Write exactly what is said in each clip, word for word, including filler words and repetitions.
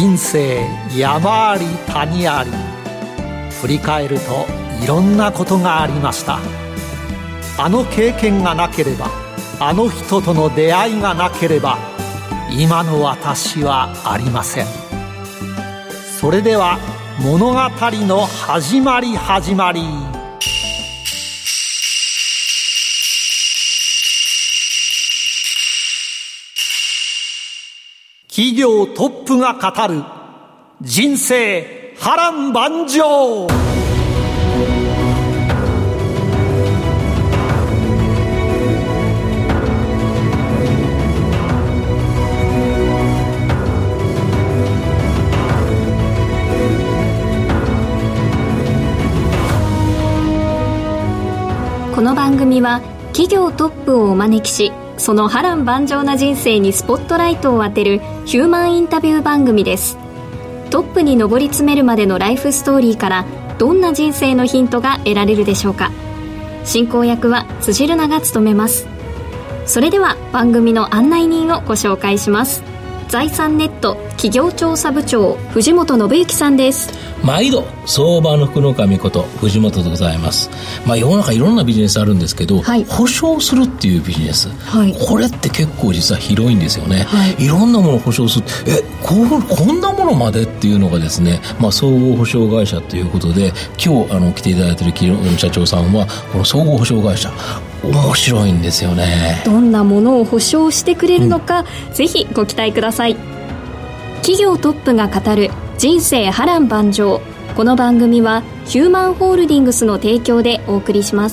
人生山あり谷あり、振り返るといろんなことがありました。あの経験がなければ、あの人との出会いがなければ、今の私はありません。それでは物語の始まり始まり。企業トップが語る人生波乱万丈。 この番組は企業トップをお招きし、その波乱万丈な人生にスポットライトを当てるヒューマンインタビュー番組です。トップに上り詰めるまでのライフストーリーからどんな人生のヒントが得られるでしょうか。進行役は辻るなが務めます。それでは番組の案内人をご紹介します。財産ネット企業調査部長、藤本信之さんです。 毎度相場の福の神こと藤本でございます。まあ、世の中いろんなビジネスあるんですけど、はい、保証するっていうビジネス、はい、これって結構実は広いんですよね、はい、いろんなものを保証する。えここんなものまでっていうのがですね、まあ、総合保証会社ということで、今日あの来ていただいている社長さんはこの総合保証会社面白いんですよね。どんなものを保証してくれるのか、うん、ぜひご期待ください。 企業トップが語る人生波乱万丈。この番組はヒューマンホールディングスの提供でお送りします。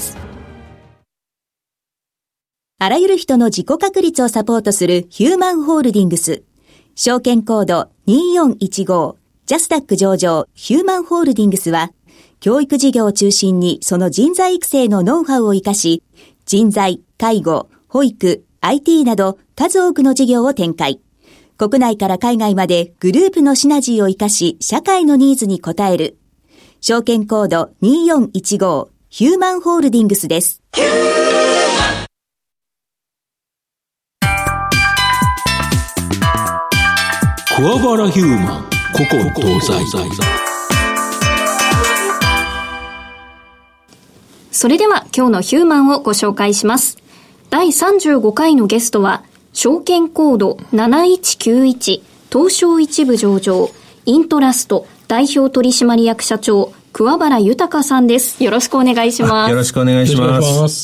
あらゆる人の自己確立をサポートするヒューマンホールディングス。証券コードにーよんいちご、ジャスダック上場ヒューマンホールディングスは、教育事業を中心にその人材育成のノウハウを生かし、人材、介護、保育、アイティー など数多くの事業を展開。国内から海外までグループのシナジーを生かし、社会のニーズに応える。証券コードにーよんいちご、ヒューマンホールディングスです。 桑原ヒューマン古今東西。 それでは今日のヒューマンをご紹介します。だいさんじゅうごかいのゲストは、証券コードなないちきゅういち東証一部上場イントラスト代表取締役社長桑原豊さんです。よろしくお願いします。 よろしくお願いします。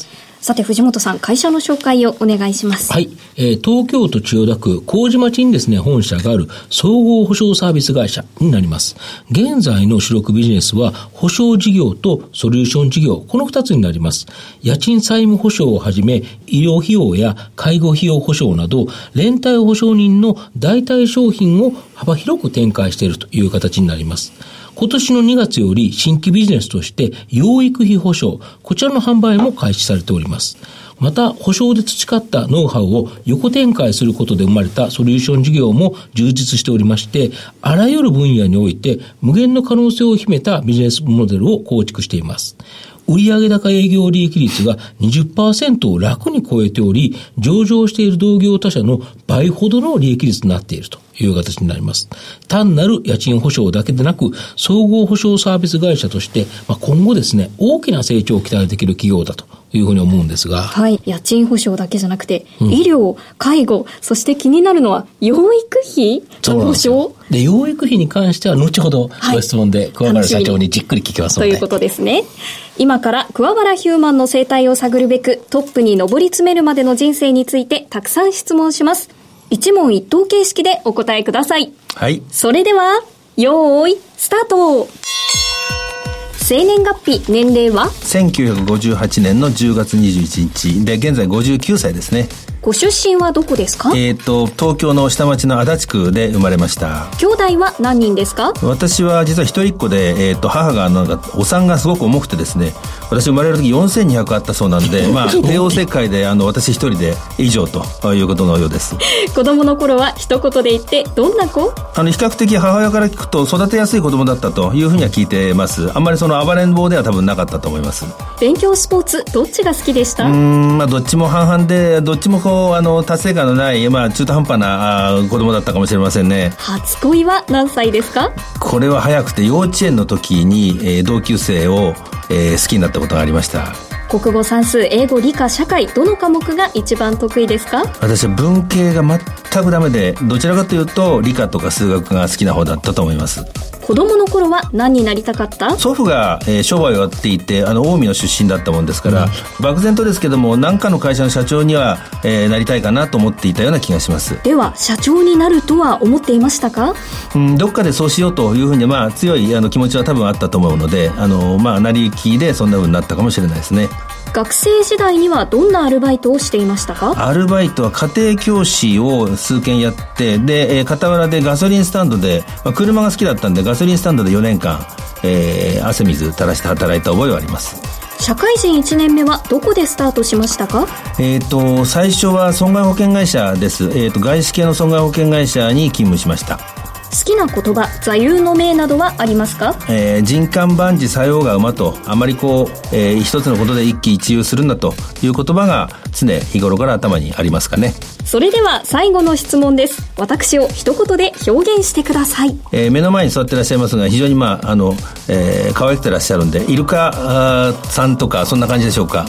さて藤本さん、会社の紹介をお願いします。 はい、えー、東京都千代田区麹町にですね本社がある総合保証サービス会社になります。現在の主力ビジネスは保証事業とソリューション事業、このふたつになります。家賃債務保証をはじめ医療費用や介護費用保証など連帯保証人の代替商品を幅広く展開しているという形になります。今年のにがつより新規ビジネスとして養育費保証、こちらの販売も開始されております。また保証で培ったノウハウを横展開することで生まれたソリューション事業も充実しておりまして、あらゆる分野において無限の可能性を秘めたビジネスモデルを構築しています。売上高営業利益率が にじゅっパーセント を楽に超えており、上場している同業他社の倍ほどの利益率になっているという形になります。単なる家賃保証だけでなく、総合保証サービス会社として、まあ、今後ですね、大きな成長を期待できる企業だというふうに思うんですが。 はい。家賃保証だけじゃなくて、うん、医療、介護、そして気になるのは養育費の保証で、養育費に関しては後ほどご質問で桑原社長にじっくり聞きますので。 ということですね。今から桑原ヒューマンの生態を探るべく、トップに上り詰めるまでの人生についてたくさん質問します。一問一答形式でお答えください。 はい。 それでは、よーい、スタート。生年月日、年齢はせんきゅうひゃくごじゅうはちねんのじゅうがつにじゅういちにちで、現在ごじゅうきゅうさいですね。 ご出身はどこですか？ えーと、東京の下町の足立区で生まれました。 兄弟は何人ですか？ 私は実は一人っ子で、えーと、母がなんかお産がすごく重くてですね、 私生まれる時よんせんにひゃくあったそうなんで、まあ、帝王切開であの私一人で以上ということのようです。 子供の頃は一言で言ってどんな子？ あの比較的母親から聞くと育てやすい子供だったというふうには聞いてます。あんまりその暴れん坊では多分なかったと思います。 勉強スポーツどっちが好きでした？ うーん、まあ、どっちも半々でどっちもこうあの達成感のない、まあ、中途半端なあ子供だったかもしれませんね。 初恋は何歳ですか？ これは早くて幼稚園の時に、えー、同級生を、えー、好きになったことがありました。 国語、算数、英語、理科、社会どの科目が一番得意ですか？ 私は文系が全くダメでどちらかというと理科とか数学が好きな方だったと思います。 子供の頃は何になりたかった？ 祖父が、えー、商売をやっていてあの近江の出身だったもんですから、うん、漠然とですけども何かの会社の社長には、えー、なりたいかなと思っていたような気がします。 では社長になるとは思っていましたか？ うん、どっかでそうしようというふうに、まあ、強いあの気持ちは多分あったと思うのであの、まあ、成り行きでそんなふうになったかもしれないですね。 学生時代にはどんなアルバイトをしていましたか？ アルバイトは家庭教師を数件やってで、えー、傍らでガソリンスタンドで、まあ、車が好きだったんでガソリンスタンドでよねんかん、えー、汗水垂らして働いた覚えはあります。 社会人いちねんめはどこでスタートしましたか？ えー、と最初は損害保険会社です、えー、と外資系の損害保険会社に勤務しました。 好きな言葉、座右の銘などはありますか？ えー、人間万事作用が馬とあまりこう、えー、一つのことで一喜一憂するんだという言葉が常日頃から頭にありますかね。 それでは最後の質問です。私を一言で表現してください。 えー、目の前に座ってらっしゃいますが非常にまああの、えー、可愛くてらっしゃるんでイルカさんとかそんな感じでしょうか。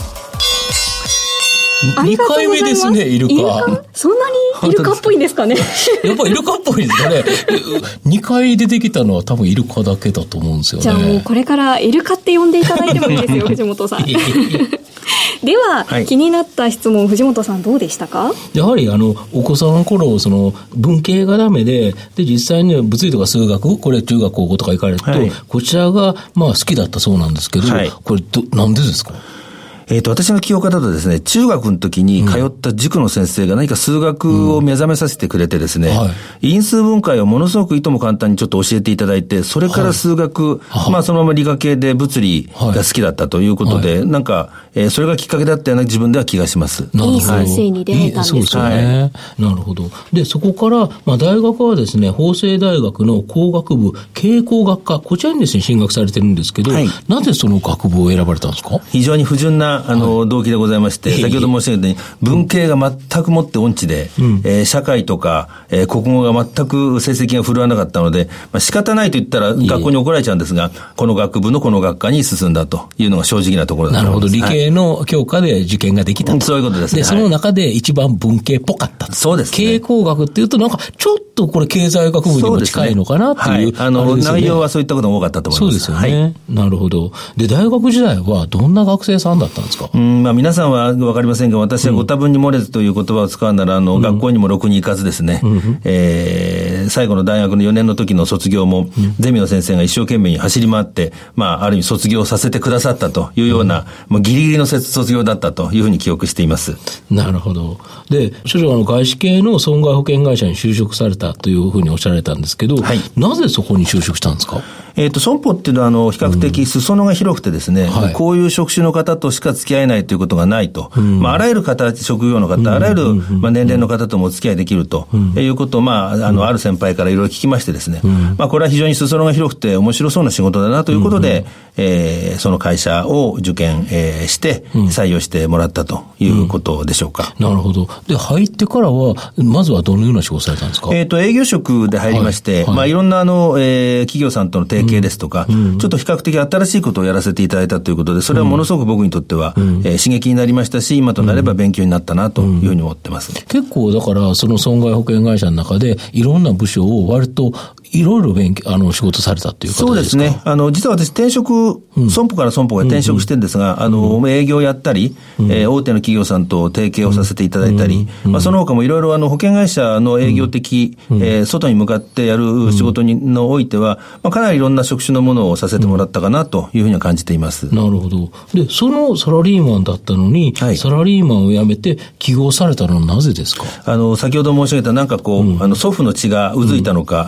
にかいめですね、イルカ。 イルカそんなにイルカっぽいんですかね。 やっぱイルカっぽいですかね。にかい出てきたのは多分イルカだけだと思うんですよね。 じゃあもうこれからイルカって呼んでいただいてもいいですよ、藤本さん。では、はい、気になった質問、藤本さんどうでしたか？ やはりあのお子さんの頃その文系がダメでで実際に物理とか数学これ中学高校とか行かれると、はい、こちらがまあ好きだったそうなんですけど、はい、これどなんでですか？ えっと、私の記憶だとですね、中学の時に通った塾の先生が何か数学を目覚めさせてくれてですね、うんはい、因数分解をものすごくいとも簡単にちょっと教えていただいて、それから数学、はい、まあそのまま理科系で物理が好きだったということで、はい、なんか、えー、それがきっかけだったような自分では気がします。 いい先生に出会えたんですね。 そうですよね。なるほど。で、そこから、まあ大学はですね、法政大学の工学部、経営工学科、こちらにですね、進学されてるんですけど、はい、なぜその学部を選ばれたんですか？ 非常に不純な、あの、はい、動機でございまして、先ほど申し上げたように、文系が全くもって音痴で、うんえー、社会とか、えー、国語が全く成績が振るわなかったので、まあ、仕方ないと言ったら学校に怒られちゃうんですが、この学部のこの学科に進んだというのが正直なところだと思います。 なるほど。理系の教科で受験ができたと。 そういうことですね。 で、その中で一番文系っぽかったと。 そうですね。 経営工学っていうとなんかちょっとこれ経済学部にも近いのかなっていう。 はい。あの、内容はそういったことも多かったと思います。 そうですよね。はい、なるほど。で、大学時代はどんな学生さんだったんですか？ うん、まあ皆さんはわかりませんが、私はご多分に漏れずという言葉を使うなら、あの、うん、学校にもろくに行かずですね、うん、えー、最後の大学のよねんの時の卒業も、うん、ゼミの先生が一生懸命に走り回って、まあ、ある意味卒業させてくださったというような、うん、もうギリギリの卒業だったというふうに記憶しています。 なるほど。で、所長、あの、外資系の損害保険会社に就職されたというふうにおっしゃられたんですけど、はい、なぜそこに就職したんですか？ えっと、損保っていうのは、あの、比較的裾野が広くてですね、うんはい、こういう職種の方としか付き合えないということがないと。うん、まあ、あらゆる方、職業の方、あらゆる、まあ、年齢の方ともお付き合いできると、うん、いうことを、まあ、あの、ある先輩からいろいろ聞きましてですね、うん、まあ、これは非常に裾野が広くて面白そうな仕事だなということで、うん、えー、その会社を受験、えー、して、採用してもらったということでしょうか。 うんうん、なるほど。で、入ってからは、まずはどのような仕事されたんですか？ えっと、営業職で入りまして、はいはい、まあ、いろんな、あの、えー、企業さんとの提携ですとか、うんちょっと比較的新しいことをやらせていただいたということで、それはものすごく僕にとっては、うんえー、刺激になりましたし、今となれば勉強になったなというふうに思ってます。うんうん、 結構だからその損害保険会社の中でいろんな部署を割といろいろ勉強あの仕事されたっていうことですか？ そうですね。あの実は私転職、うん、損保から損保へ転職してるんですが、うん、あの、うん、営業やったり、うんえー、大手の企業さんと提携をさせていただいたり、うんまあ、その他もいろいろあの保険会社の営業的、うんえー、外に向かってやる仕事にのおいては、まあ、かなりいろんな職種のものをさせてもらったかなというふうには感じています。 なるほど。で、そのサラリーマンだったのに、はい、サラリーマンを辞めて起業されたのはなぜですか？ あの先ほど申し上げたなんかこう、うん、あの祖父の血がうずいたのか、うん、やはり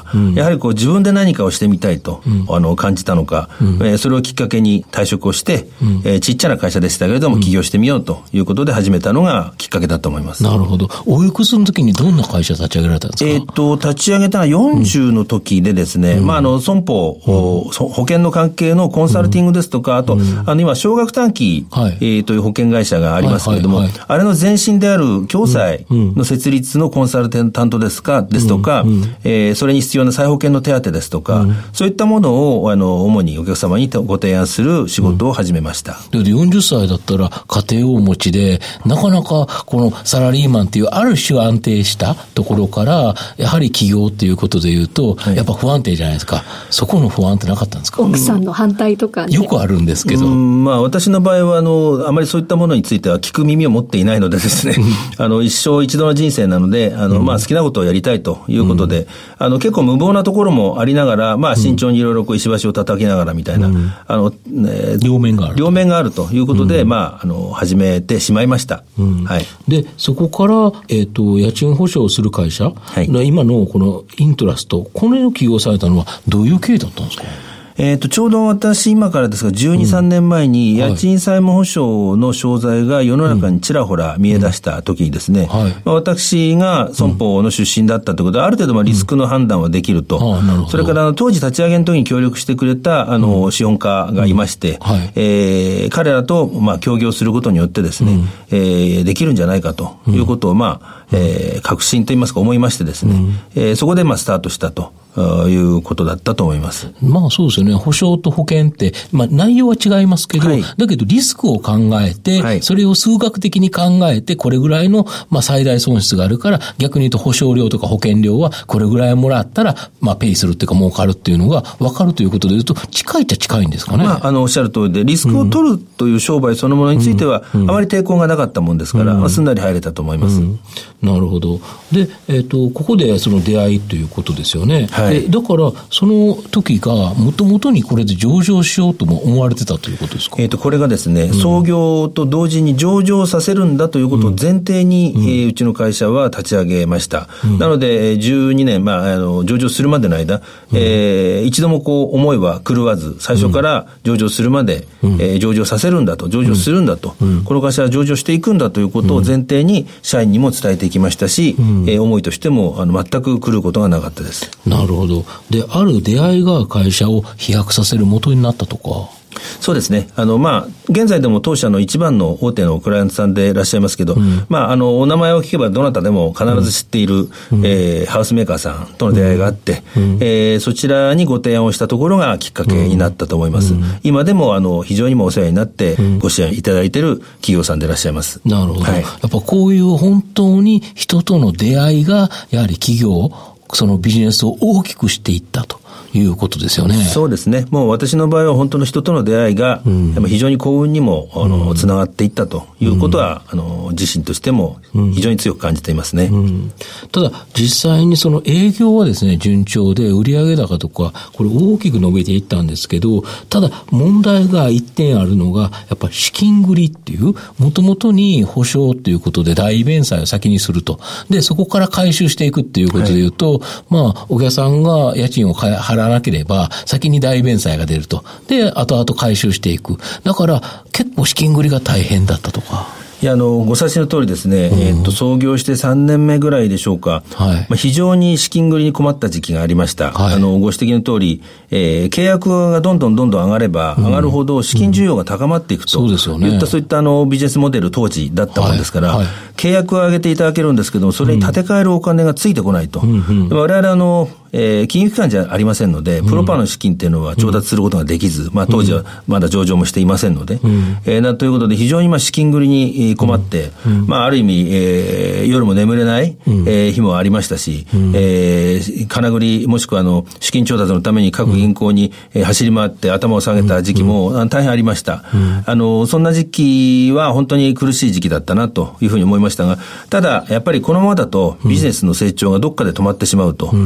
はりこう自分で何かをしてみたいと、うん、あの感じたのか、うんえー、それをきっかけに退職をして、うんえー、ちっちゃな会社でしたけれども、うん、起業してみようということで始めたのがきっかけだと思います。 なるほど。おいくつの時にどんな会社立ち上げられたんですか？ えっと、立ち上げたのはよんじゅうの時でですね、うん、まあ、あの、損保、うん、保険の関係のコンサルティングですとか、あと、うん、あの、今、少額短期、はいえー、という保険会社がありますけれども、はいはいはい、あれの前身である共済の設立のコンサル担当ですか、ですとか、うんえー、それに必要な再保険の手当ですとか、うん、そういったものを、あの、主にお客様にご提案する仕事を始めました。 うん、でよんじゅっさいだったら家庭をお持ちで、なかなかこのサラリーマンっていうある種安定したところから、やはり起業っていうことでいうと、はい、やっぱ不安定じゃないですか。そこの不安ってなかったんですか？ 奥さんの反対とか、ね、 よくあるんですけど。 うん、まあ私の場合は、あの、あまりそういったものについては聞く耳を持っていないのでですね、あの、一生一度の人生なので、あの、うん、まあ好きなことをやりたいということで、うん、あの、結構無謀なところもありながら、まあ慎重にいろいろこう石橋を叩きながらみたいな、うん、あの、ね、 両面がある。 両面があるということで、うん、まあ、あの、始めてしまいました。うん、 はい。で、そこから、えっと、家賃保証する会社、はい、今のこのイントラスト、これを起業されたのはどういう経緯だったんですか？ えっと、ちょうど私今からですが、じゅうに、さんねんまえに家賃債務保証の商材が世の中にちらほら見え出した時にですね、うんはいまあ、私が損保の出身だったということで、ある程度まあリスクの判断はできると。うん、それからあの当時立ち上げの時に協力してくれたあの資本家がいまして、うんはいえー、彼らとまあ協業することによってですね、うんえー、できるんじゃないかということをまあ、えー、確信といいますか思いましてですね、うんえー、そこでまあスタートしたと。いうことだったと思います。 まあそうですよね。保証と保険って、まあ内容は違いますけど、はい、だけどリスクを考えて、はい、それを数学的に考えて、これぐらいの、まあ最大損失があるから、逆に言うと保証料とか保険料はこれぐらいもらったら、まあペイするっていうか儲かるっていうのが分かるということで言うと、近いっちゃ近いんですかね。 まああのおっしゃる通りで、リスクを取るという商売そのものについては、あまり抵抗がなかったもんですから、うんまあ、すんなり入れたと思います。うん、 なるほど。で、えっと、ここでその出会いということですよね。はい、だから、その時が、もともとにこれで上場しようとも思われてたということですか？ えっと、これがですね、うん、創業と同時に上場させるんだということを前提に、うんえー、うちの会社は立ち上げました。うん、なので、じゅうにねん、まあ、あの、上場するまでの間、うんえー、一度もこう、思いは狂わず、最初から上場するまで、うんえー、上場させるんだと、上場するんだと、うん、この会社は上場していくんだということを前提に、社員にも伝えていきましたし、うんえー、思いとしても、あの、全く狂うことがなかったです。 なるほど。で、ある出会いが会社を飛躍させる元になったとか。 そうですね。あの、まあ、現在でも当社の一番の大手のクライアントさんでいらっしゃいますけど、うん、まあ、あの、お名前を聞けばどなたでも必ず知っている、うんえー、ハウスメーカーさんとの出会いがあって、うんえー、そちらにご提案をしたところがきっかけになったと思います。うん、今でも、あの、非常にもお世話になってご支援いただいている企業さんでいらっしゃいます。 なるほど。はい、やっぱこういう本当に人との出会いが、やはり企業、そのビジネスを大きくしていったと。いうことですよね。 そうですね。もう私の場合は本当の人との出会いが、うん、非常に幸運にもあの、うん、つながっていったということは、うん、あの自身としても非常に強く感じていますね。うんうん、 ただ実際にその営業はですね順調で売上高とかこれ大きく伸びていったんですけど、ただ問題が一点あるのがやっぱり資金繰りっていうもともとに保証っていうことで代弁済を先にするとでそこから回収していくっていうことでいうと、はい、まあお客さんが家賃を払わなければ先に代弁済が出るとで後々回収していく。だから結構資金繰りが大変だったとか。 いや、あの、ご察しの通りですね、うん、えー、っと、創業してさんねんめぐらいでしょうか。はい。まあ、非常に資金繰りに困った時期がありました。はい。あの、ご指摘の通り、えー、契約がどんどんどんどん上がれば、上がるほど資金需要が高まっていくと。うんうん、そうですよね。いったそういったあの、ビジネスモデル当時だったもんですから、はいはい、契約を上げていただけるんですけども、それに立て替えるお金がついてこないと。うんうん、我々あの、えー、金融機関じゃありませんので、プロパーの資金っていうのは調達することができず、うん、まあ当時はまだ上場もしていませんので、うん、えー、なということで非常にまあ資金繰りに困って、うん、まあある意味、えー、夜も眠れない、うん、えー、日もありましたし、うん、えー、金繰りもしくはあの資金調達のために各銀行に、えー、走り回って頭を下げた時期も、うん、大変ありました、うん。あの、そんな時期は本当に苦しい時期だったなというふうに思いましたが、ただやっぱりこのままだとビジネスの成長がどっかで止まってしまうと、うん、えー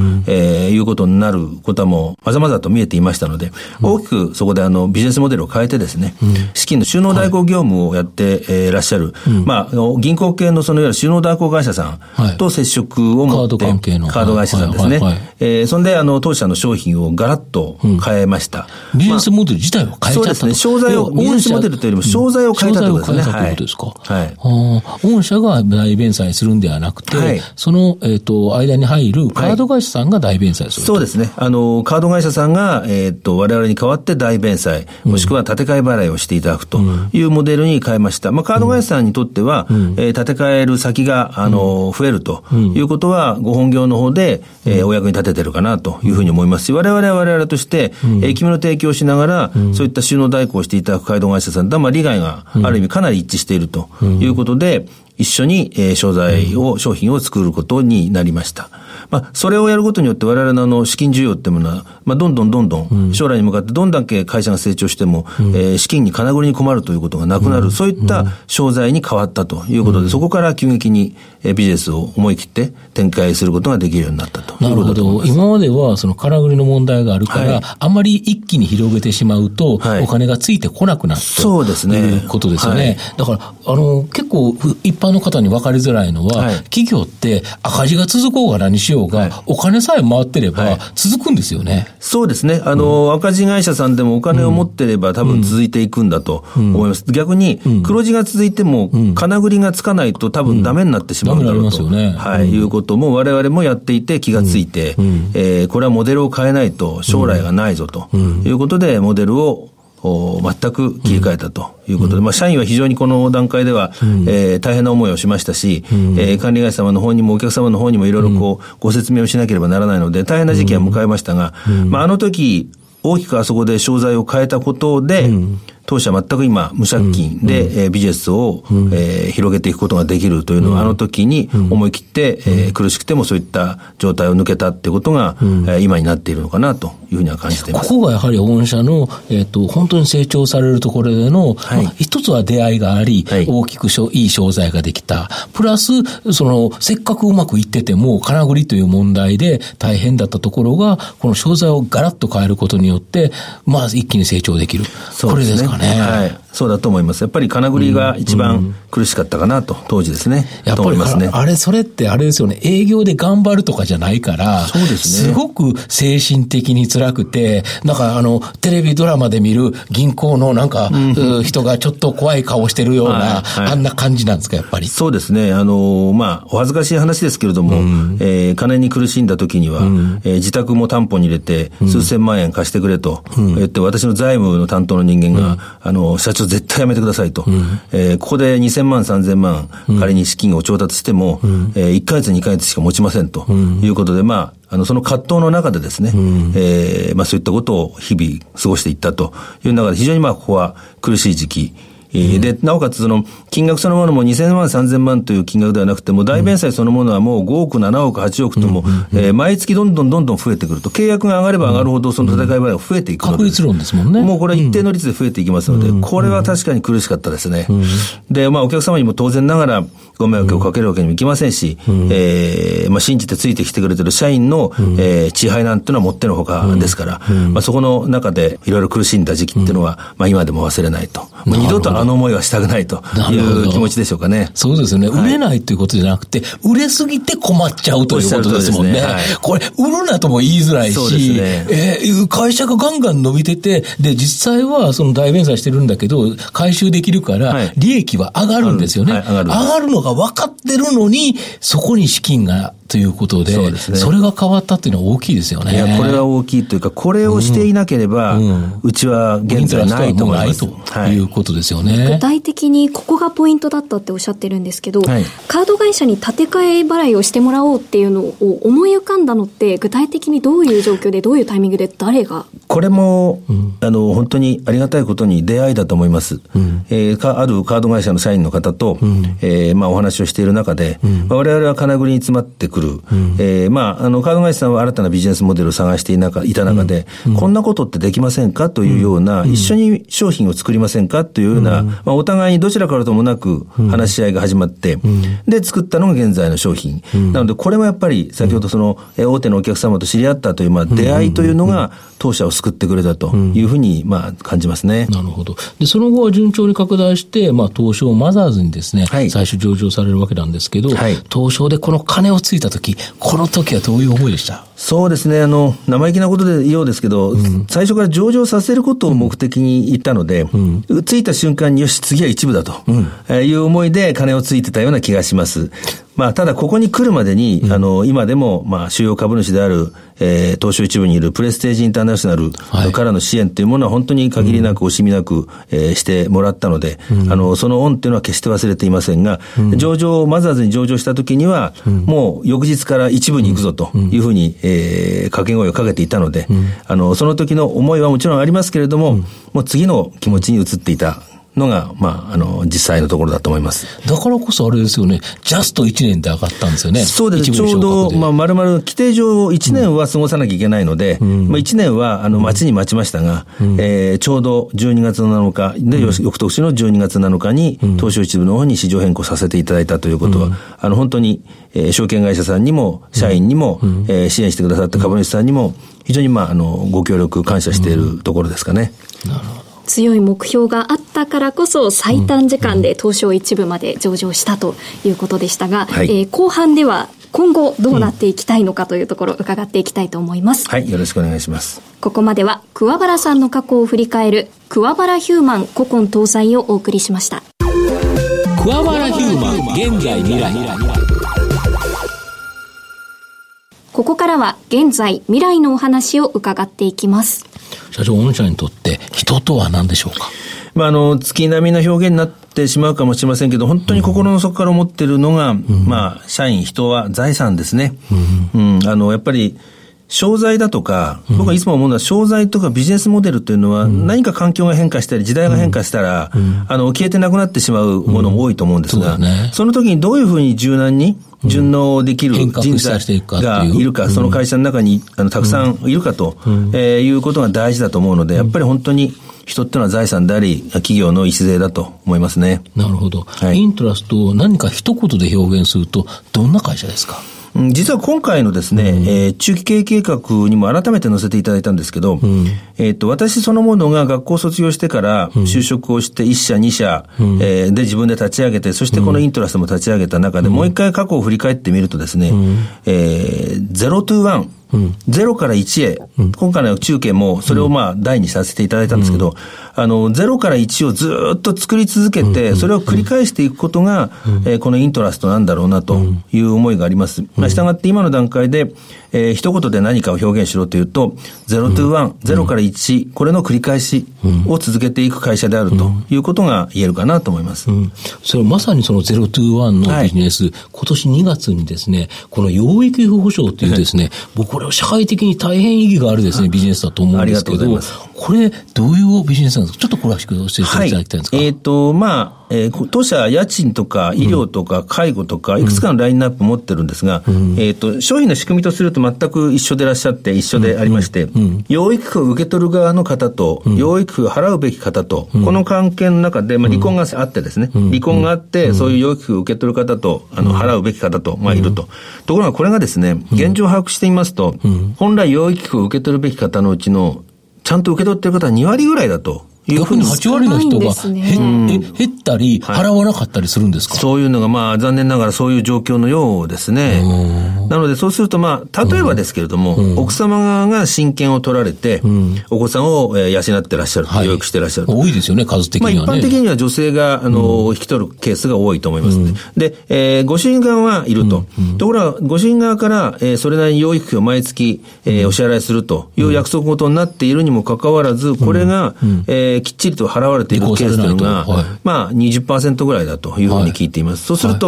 えー、いうことになることはもうまざまざと見えていましたので、うん、大きくそこであのビジネスモデルを変えてですね、うん、資金の収納代行業務をやって、はい、えー、らっしゃる、うん、まあ、銀行系のそのいわゆる収納代行会社さんと接触を持って、はい、カード関係のカード会社さんですね。はいはいはい、えー、そんであの当社の商品をガラッと変えました。 うん、ビジネスモデル自体を変えちゃったと、まあ、そうですね。 商材を、ビジネスモデルというよりも商材を変えたということですね。 商材を変えたということですか。 はい。 はい、御社が代弁済するんではなくて、はい、その、えっと、間に入るカード会社さんが代弁済する、はい、 そうですね。あの、カード会社さんが、えっと、我々に代わって代弁済、もしくは建て替え払いをしていただくというモデルに変えました。まあ、カード会社さんにとっては、うん、えー、建て替える先が、あの、増えるということは、ご本業の方で、えー、お役に立ててるかなというふうに思いますし、我々は我々として、うん、えー、君の提供をしながら、うん、そういった収納代行をしていただくカード会社さんとは、まあ、利害がある意味かなり一致しているということで、うん、一緒に、えー、商材を、商品を作ることになりました。まあ、それをやることによって我々のあの資金需要っていうものは、まあ、どんどんどんどん将来に向かってどんだけ会社が成長しても、うん、えー、資金に金繰りに困るということがなくなる、うん、そういった商材に変わったということで、うん、そこから急激にビジネスを思い切って展開することができるようになったということだと思います。 なるほど。今まではその金繰りの問題があるから、はい、あまり一気に広げてしまうと、はい、お金がついてこなくなると、そうですね、いうことですよね。はい、だからあの結構一般の方に分かりづらいのは、はい、企業って赤字が続こうが何しようが、はい、お金さえ回ってれば続くんですよね。はい、 そうですね。あの、うん、赤字会社さんでもお金を持ってれば多分続いていくんだと思います。うん、逆に黒字が続いても金繰りがつかないと多分ダメになってしまうんだろうと、うん、ね、はい、うん、いうことも我々もやっていて気がついて、うん、えー、これはモデルを変えないと将来がないぞということでモデルを全く切り替えたということで、うん、まあ、社員は非常にこの段階では、うん、えー、大変な思いをしましたし、うん、えー、管理会社様の方にもお客様の方にもいろいろこう、うん、ご説明をしなければならないので大変な時期は迎えましたが、うん、まあ、あの時大きくあそこで商材を変えたことで、うん、当社は全く今無借金で、うん、えー、ビジネスを、うん、えー、広げていくことができるというのは、うん、あの時に思い切って、うん、えー、苦しくてもそういった状態を抜けたっていうことが、うん、えー、今になっているのかなというふうには感じています。 ここがやはり御社の、えー、と本当に成長されるところでの、はい、まあ、一つは出会いがあり、はい、大きくいい商材ができた、プラスそのせっかくうまくいってても金繰りという問題で大変だったところがこの商材をガラッと変えることによってまず一気に成長できる、 そうですね、 これですかね。 はい、そうだと思います。やっぱり金繰りが一番苦しかったかなと、うん、当時ですね。 やっぱりあ、ね、あれ、それってあれですよね。営業で頑張るとかじゃないから、そうですね。すごく精神的に辛くて、なんかあの、テレビドラマで見る銀行のなんか、うん、人がちょっと怖い顔してるような、はいはい、あんな感じなんですか、やっぱり。 そうですね。あの、まあ、お恥ずかしい話ですけれども、うん、えー、金に苦しんだ時には、うん、えー、自宅も担保に入れて、数千万円貸してくれと、うん、言って、私の財務の担当の人間が、うん、あの、社長絶対やめてくださいと、うん、えー、ここでにせんまんさんぜんまん仮に資金を調達しても、うん、えー、いっかげつにかげつしか持ちませんということで、まあ、あの、その葛藤の中でですね、うん、えー、まあそういったことを日々過ごしていったという中で、非常にまあここは苦しい時期、うん、で、なおかつその金額そのものもにせんまんさんぜんまんという金額ではなくても、代弁済そのものはもうごおくななおくはちおくとも、うん、えー、毎月どんどんどんどん増えてくると、契約が上がれば上がるほどその建て替え払いが増えていくので、 確率論ですもんね。 もうこれは一定の率で増えていきますので、うん、これは確かに苦しかったですね。うん、で、まあお客様にも当然ながらご迷惑をかけるわけにもいきませんし、うん、えー、まあ信じてついてきてくれてる社員の、うん、えー、地配なんていうのはもってのほかですから、うん、まあそこの中でいろいろ苦しんだ時期っていうのは、うん、まあ今でも忘れないと。もう二度とあの思いはしたくないという気持ちでしょうかね。 そうですよね。売れないということじゃなくて、売れすぎて困っちゃうということですもんね。ね、はい、これ、売るなとも言いづらいし、そうですね、えー、会社がガンガン伸びてて、で、実際はその代弁済してるんだけど、回収できるから、利益は上がるんですよね。はい、上がる。上がるのが分かってるのに、そこに資金が、ということで、そうですね、それが変わったっていうのは大きいですよね。 いや、これは大きいというか、これをしていなければ、うんうん、うちは現在ないと思います。 ということですよね。 具体的にここがポイントだったっておっしゃってるんですけど、はい、カード会社に建て替え払いをしてもらおうっていうのを思い浮かんだのって、具体的にどういう状況でどういうタイミングで誰がこれも、うん、あの、本当にありがたいことに出会いだと思います。うん、えー、かあるカード会社の社員の方と、うん、えー、まあ、お話をしている中で、うん、まあ、我々は金繰りに詰まってくる。うん、えー、まあ、あの、カード会社さんは新たなビジネスモデルを探していなかいた中で、うん、こんなことってできませんかというような、うん、一緒に商品を作りませんかというような、うん、まあ、お互いにどちらからともなく話し合いが始まって、うん、で、作ったのが現在の商品。うん、なので、これもやっぱり、先ほどその、うん、大手のお客様と知り合ったという、まあ、出会いというのが、当社を救ってくれたというふうに、まあ、感じますね。 なるほど。で、その後は順調に拡大して、まあ、東証マザーズにですね、はい、最初上場されるわけなんですけど、はい、東証でこの金をついたとき、この時はどういう思いでした？ そうですね、あの、生意気なことでようですけど、うん、最初から上場させることを目的に言ったので、うん、ついた瞬間によし、次は一部だと、うんえー、いう思いで金をついてたような気がします。まあ、ただここに来るまでに、うん、あの、今でも、まあ、主要株主である、えー、東証一部にいるプレステージインターナショナルからの支援というものは本当に限りなく惜しみなく、えー、してもらったので、うん、あの、その恩というのは決して忘れていませんが、うん、上場、マザーズに上場した時には、うん、もう翌日から一部に行くぞというふうに、えー、掛け声をかけていたので、うん、あの、その時の思いはもちろんありますけれども、うん、もう次の気持ちに移っていたのが、まあ、あの、実際のところだと思います。 だからこそあれですよね、ジャストいちねんで上がったんですよね。 そうです。ちょうど、まあ、丸々、規定上いちねんは過ごさなきゃいけないので、うん、まあ、いちねんは、あの、待ちに待ちましたが、うん、えー、ちょうどじゅうにがつのなのか、で、うん、翌年のじゅうにがつなのかに、東証一部の方に市場変更させていただいたということは、うん、あの、本当に、えー、証券会社さんにも、社員にも、うん、えー、支援してくださった株主さんにも、非常に、まあ、あの、ご協力感謝しているところですかね。 うん、なるほど。 強い目標があったからこそ最短時間で東証一部まで上場したということでしたが、はい、えー、後半では今後どうなっていきたいのかというところを伺っていきたいと思います。 はい、よろしくお願いします。 ここまでは桑原さんの過去を振り返る桑原ヒューマン古今東西をお送りしました。 桑原ヒューマン現在未来。 ここからは現在未来のお話を伺っていきます。 社長、御社にとって人とは何でしょうか？ まあ、あの、月並みの表現になってしまうかもしれませんけど、本当に心の底から思っているのが、うん、まあ、社員、人は財産ですね。うん、うん、あの、やっぱり、商材だとか、僕はいつも思うのは、商材とかビジネスモデルというのは、何か環境が変化したり、時代が変化したら、あの、消えてなくなってしまうものも多いと思うんですが、その時にどういうふうに柔軟に順応できる人材がいるか、その会社の中にあのたくさんいるかということが大事だと思うので、やっぱり本当に人っていうのは財産であり、企業の礎だと思いますね。 なるほど。はい、イントラストを何か一言で表現すると、どんな会社ですか？ 実は今回のですね、うん、えー、中期経営計画にも改めて載せていただいたんですけど、うん、えっと、私そのものが学校卒業してから就職をしていっ社に社、うん、えー、で自分で立ち上げて、そしてこのイントラストも立ち上げた中で、うん、もう一回過去を振り返ってみるとですね、うん、えー、ゼロトゥワン、うん、ゼロからいちへ、うん、今回の中継もそれをまあ題にさせていただいたんですけど、うん、あのゼロからいちをずっと作り続けて、それを繰り返していくことが、うん、えー、このイントラストなんだろうなという思いがあります。うん、まあ、したがって今の段階で、えー、一言で何かを表現しろというと、ゼロトゥワン、ゼロからいち、これの繰り返しを続けていく会社であるということが言えるかなと思います。うんうん、 それはまさにそのゼロトゥワンのビジネス、はい、今年にがつにですね、この養育費保証というですね、僕これは社会的に大変意義があるですね、ビジネスだと思うんですけど、これどういうビジネスなんですか？ちょっと詳しく教えていただきたいんですか？はい、 えっ、ー、と、まあ、えー、当社家賃とか医療とか介護とかいくつかのラインナップ持ってるんですが、うん、えっ、ー、と、商品の仕組みとすると全く一緒でいらっしゃって一緒でありまして、うんうん、養育費を受け取る側の方と、うん、養育費を払うべき方と、うん、この関係の中で、まあ、離婚があってですね、うん、離婚があって、うん、そういう養育費を受け取る方と、あの、払うべき方と、まあ、いると。ところがこれがですね、現状を把握してみますと、うん、本来養育費を受け取るべき方のうちの、ちゃんと受け取っている方はに割ぐらいだと。 逆にはち割の人が減、ね、減ったり払わなかったりするんですか？ はい、そういうのがまあ残念ながらそういう状況のようですね。なのでそうするとまあ例えばですけれども、うん、奥様側が親権を取られて、うん、お子さんを養ってらっしゃる、はい、養育してらっしゃる。 多いですよね、数的にはね。 まあ一般的には女性があの、うん、引き取るケースが多いと思います、ね。うん、で、えー、ご主人側はいると。うんうん、ところがご主人側から、えー、それなりに養育費を毎月、えー、お支払いするという約束事になっているにもかかわらず、これが、うんうん、えー、きっちりと払われているケースというのが、はい、まあ にじゅっパーセント ぐらいだというふうに聞いています。はい、そうすると、はい、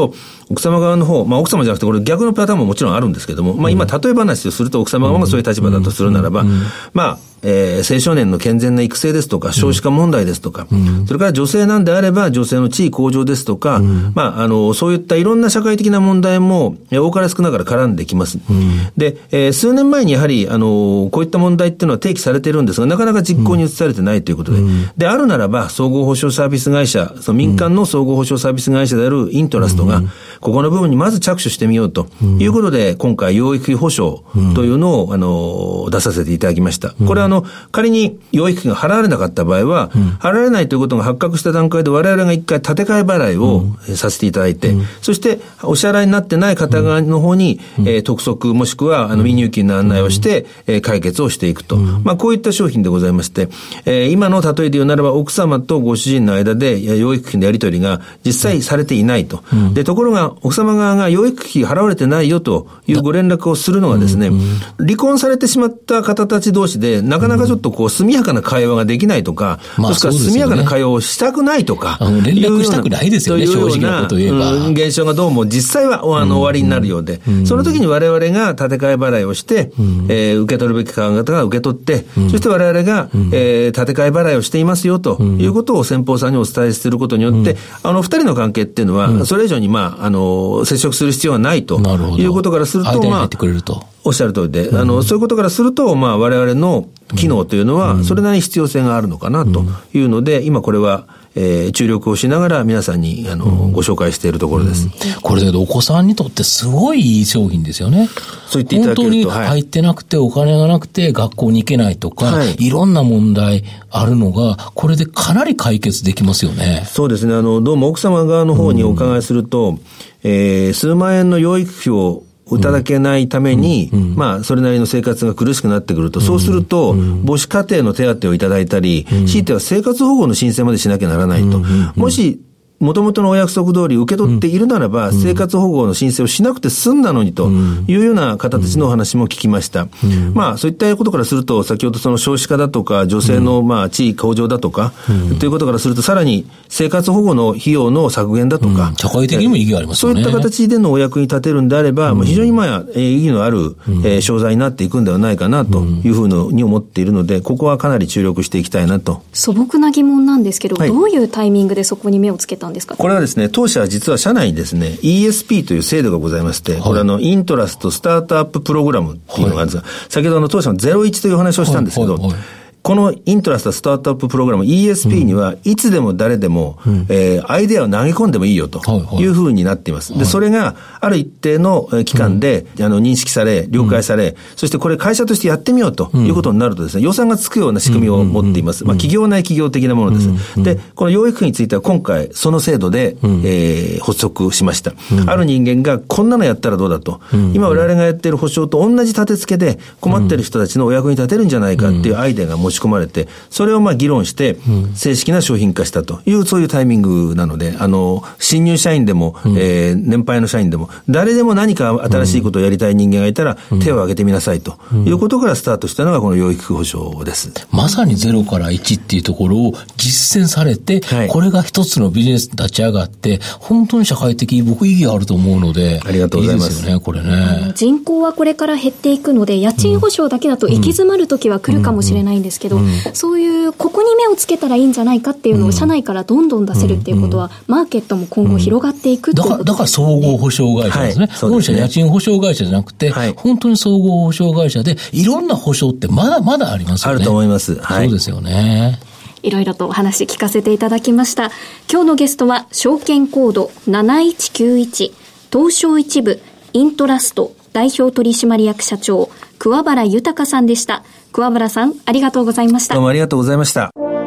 奥様側の方、まあ奥様じゃなくてこれ逆のパターンももちろんあるんですけども、まあ今例え話をすると奥様側がそういう立場だとするならば、まあ、えー、青少年の健全な育成ですとか、少子化問題ですとか、うん、それから女性なんであれば女性の地位向上ですとか、うん、まあ、あの、そういったいろんな社会的な問題も、多かれ少なかれ絡んできます。うん、で、えー、数年前にやはり、あの、こういった問題っていうのは提起されているんですが、なかなか実行に移されてないということで、うん、で、あるならば、総合保障サービス会社、その民間の総合保障サービス会社であるイントラストが、うん、ここの部分にまず着手してみようということで、うん、今回、養育費保障というのを、あの、出させていただきました。これは、あの、仮に養育費が払われなかった場合は、うん、払われないということが発覚した段階で我々が一回立て替え払いをさせていただいて、うん、そしてお支払いになってない方側の方に、うんえー、督促もしくはあの未入金の案内をして、うんえー、解決をしていくと、うんまあ、こういった商品でございまして、えー、今の例えで言うならば奥様とご主人の間で養育費のやり取りが実際されていないと、うん、でところが奥様側が養育費払われてないよというご連絡をするのはですね、うんうん、離婚されてしまった方たち同士でなかなかちょっとこう速やかな会話ができないとか、まあ、それから速やかな会話をしたくないとか、 あの連絡したくないですよね、正直なこと言えば。 うん、現象がどうも実際はあの終わりになるようで、うんうん、その時に我々が立て替え払いをして、うんえー、受け取るべき方々が受け取って、うん、そして我々が、うんえー、立て替え払いをしていますよということを先方さんにお伝えすることによって、うん、あの二人の関係っていうのは、うん、それ以上にまああの接触する必要はないということからすると、 間に入ってくれると。まあおっしゃる通りで、うん、あの、そういうことからすると、まあ、我々の機能というのは、それなりに必要性があるのかなというので、今これは、えー、注力をしながら皆さんに、あの、うん、ご紹介しているところです。うん、 これだけど、お子さんにとってすごいいい商品ですよね。 そう言っていただけると。 本当に入ってなくて、お金がなくて、学校に行けないとか、はい、いろんな問題あるのが、これでかなり解決できますよね。 そうですね。あの、どうも奥様側の方にお伺いすると、うん、えー、数万円の養育費をいただけないために、うんうん、まあ、それなりの生活が苦しくなってくると、うん、そうすると、うん、母子家庭の手当をいただいたり、うん、強いては生活保護の申請までしなきゃならないと。うんうんうん、もし、元々のお約束通り受け取っているならば、うん、生活保護の申請をしなくて済んだのにというような方たちのお話も聞きました。うん、まあ、そういったことからすると、先ほどその少子化だとか、女性のまあ地位向上だとか、うん、ということからすると、さらに生活保護の費用の削減だとか、 うん、社会的にも意義がありますよね。 そういった形でのお役に立てるんであれば、うん、非常にまあ、意義のある、うんえー、商材になっていくんではないかなというふうに思っているので、ここはかなり注力していきたいなと。 素朴な疑問なんですけど、はい、どういうタイミングでそこに目をつけたんですか？ これはですね、当社は実は社内にですね、イーエスピー という制度がございまして、はい、これあの、イントラストスタートアッププログラムっていうのがあるんですが、はい、先ほどあの当社のゼロイチというお話をしたんですけど、はいはいはい、このイントラストスタートアッププログラム イーエスピー にはいつでも誰でも、うんえー、アイデアを投げ込んでもいいよというふうになっています。はいはい、で、それがある一定の期間で、うん、あの認識され、了解され、うん、そしてこれ会社としてやってみようということになるとですね、予算がつくような仕組みを持っています。うん、まあ企業内企業的なものです。うん、で、この養育費については今回その制度で、うんえー、発足しました。うん、ある人間がこんなのやったらどうだと、うん、今我々がやっている保証と同じ立て付けで困っている人たちのお役に立てるんじゃないかっていうアイデアが持ち込まれて、それをまあ議論して正式な商品化したという、そういうタイミングなので、あの新入社員でも、うんえー、年配の社員でも誰でも何か新しいことをやりたい人間がいたら手を挙げてみなさいということからスタートしたのがこの養育費保証です。 まさにゼロからいちっていうところを実践されて、はい、これが一つのビジネス立ち上がって本当に社会的僕意義があると思うので、 ありがとうございます。 いいですよね、これね。 人口はこれから減っていくので家賃保証だけだと行き詰まる時は来るかもしれないんですけど、うんうんうん、そういうここに目をつけたらいいんじゃないかっていうのを社内からどんどん出せるっていうことは、うん、マーケットも今後広がっていくっていうことですね。 だから、だから総合保証会社ですね。はい、本社家賃保証会社じゃなくて、はい、本当に総合保証会社でいろんな保証ってまだまだありますよね。 あると思います。 はい、そうですよね。 いろいろとお話聞かせていただきました。今日のゲストは証券コードなないちきゅういち東証一部イントラスト代表取締役社長桑原豊さんでした。桑原さん、ありがとうございました。 どうもありがとうございました。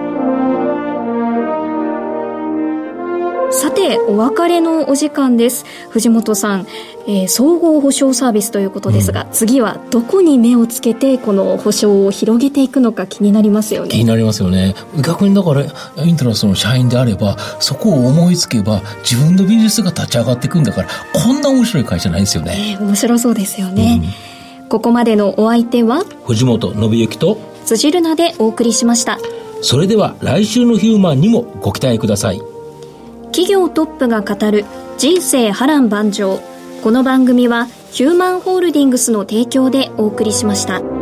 さて、お別れのお時間です。藤本さん、えー、総合保証サービスということですが、うん、次はどこに目をつけてこの保証を広げていくのか気になりますよね。 気になりますよね。逆にだからイントラストの社員であればそこを思いつけば自分のビジネスが立ち上がっていくんだから、こんな面白い会社ないですよね。 えー、面白そうですよね。うん、ここまでのお相手は藤本信之と辻るなでお送りしました。 それでは来週のヒューマンにもご期待ください。 企業トップが語る人生波乱万丈。この番組はヒューマンホールディングスの提供でお送りしました。